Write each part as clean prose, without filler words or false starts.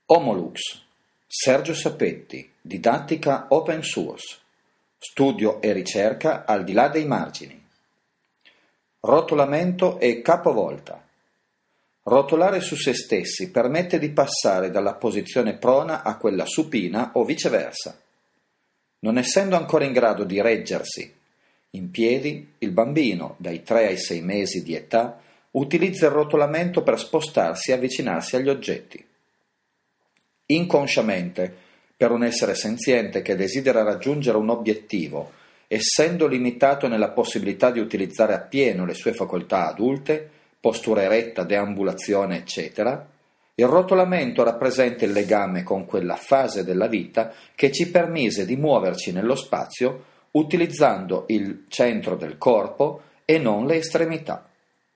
Homolux, Sergio Sapetti, didattica open source, studio e ricerca al di là dei margini. Rotolamento e capovolta. Rotolare su se stessi permette di passare dalla posizione prona a quella supina o viceversa. Non essendo ancora in grado di reggersi in piedi, il bambino, dai 3 ai 6 mesi di età, utilizza il rotolamento per spostarsi e avvicinarsi agli oggetti. Inconsciamente, per un essere senziente che desidera raggiungere un obiettivo, essendo limitato nella possibilità di utilizzare appieno le sue facoltà adulte, postura eretta, deambulazione, eccetera, il rotolamento rappresenta il legame con quella fase della vita che ci permise di muoverci nello spazio utilizzando il centro del corpo e non le estremità.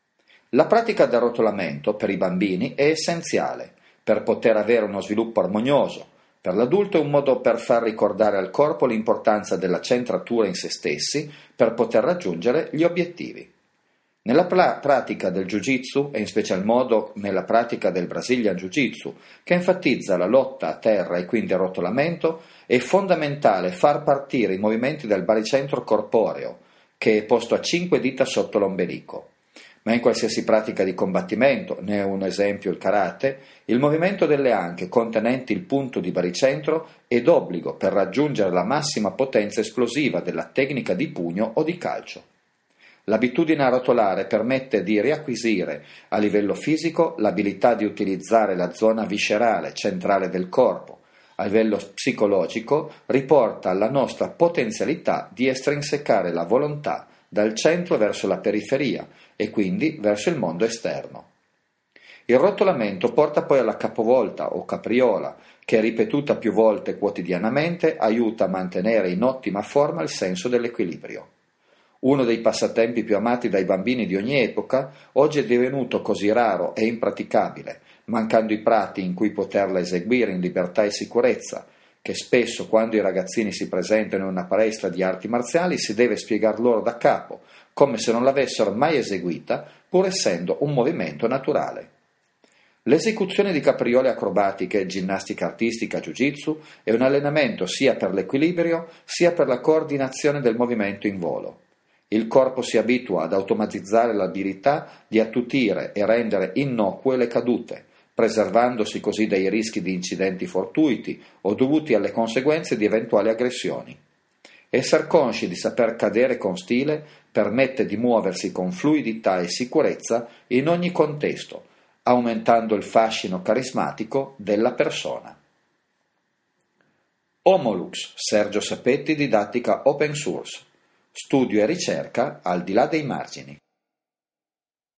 La pratica del rotolamento per i bambini è essenziale per poter avere uno sviluppo armonioso. Per l'adulto è un modo per far ricordare al corpo l'importanza della centratura in se stessi per poter raggiungere gli obiettivi. Nella pratica del Jiu-Jitsu, e in special modo nella pratica del Brazilian Jiu-Jitsu, che enfatizza la lotta a terra e quindi il rotolamento, è fondamentale far partire i movimenti del baricentro corporeo, che è posto a 5 dita sotto l'ombelico. Ma in qualsiasi pratica di combattimento, ne è un esempio il karate, il movimento delle anche contenenti il punto di baricentro è d'obbligo per raggiungere la massima potenza esplosiva della tecnica di pugno o di calcio. L'abitudine a rotolare permette di riacquisire a livello fisico l'abilità di utilizzare la zona viscerale centrale del corpo. A livello psicologico riporta alla nostra potenzialità di estrinsecare la volontà dal centro verso la periferia e quindi verso il mondo esterno. Il rotolamento porta poi alla capovolta o capriola, che ripetuta più volte quotidianamente aiuta a mantenere in ottima forma il senso dell'equilibrio. Uno dei passatempi più amati dai bambini di ogni epoca, oggi è divenuto così raro e impraticabile, mancando i prati in cui poterla eseguire in libertà e sicurezza, che spesso quando i ragazzini si presentano in una palestra di arti marziali si deve spiegar loro da capo, come se non l'avessero mai eseguita, pur essendo un movimento naturale. L'esecuzione di capriole acrobatiche, ginnastica artistica, jiu-jitsu è un allenamento sia per l'equilibrio sia per la coordinazione del movimento in volo. Il corpo si abitua ad automatizzare l'abilità di attutire e rendere innocue le cadute, preservandosi così dai rischi di incidenti fortuiti o dovuti alle conseguenze di eventuali aggressioni. Esser consci di saper cadere con stile permette di muoversi con fluidità e sicurezza in ogni contesto, aumentando il fascino carismatico della persona. Homolux, Sergio Sapetti, didattica open source, studio e ricerca al di là dei margini.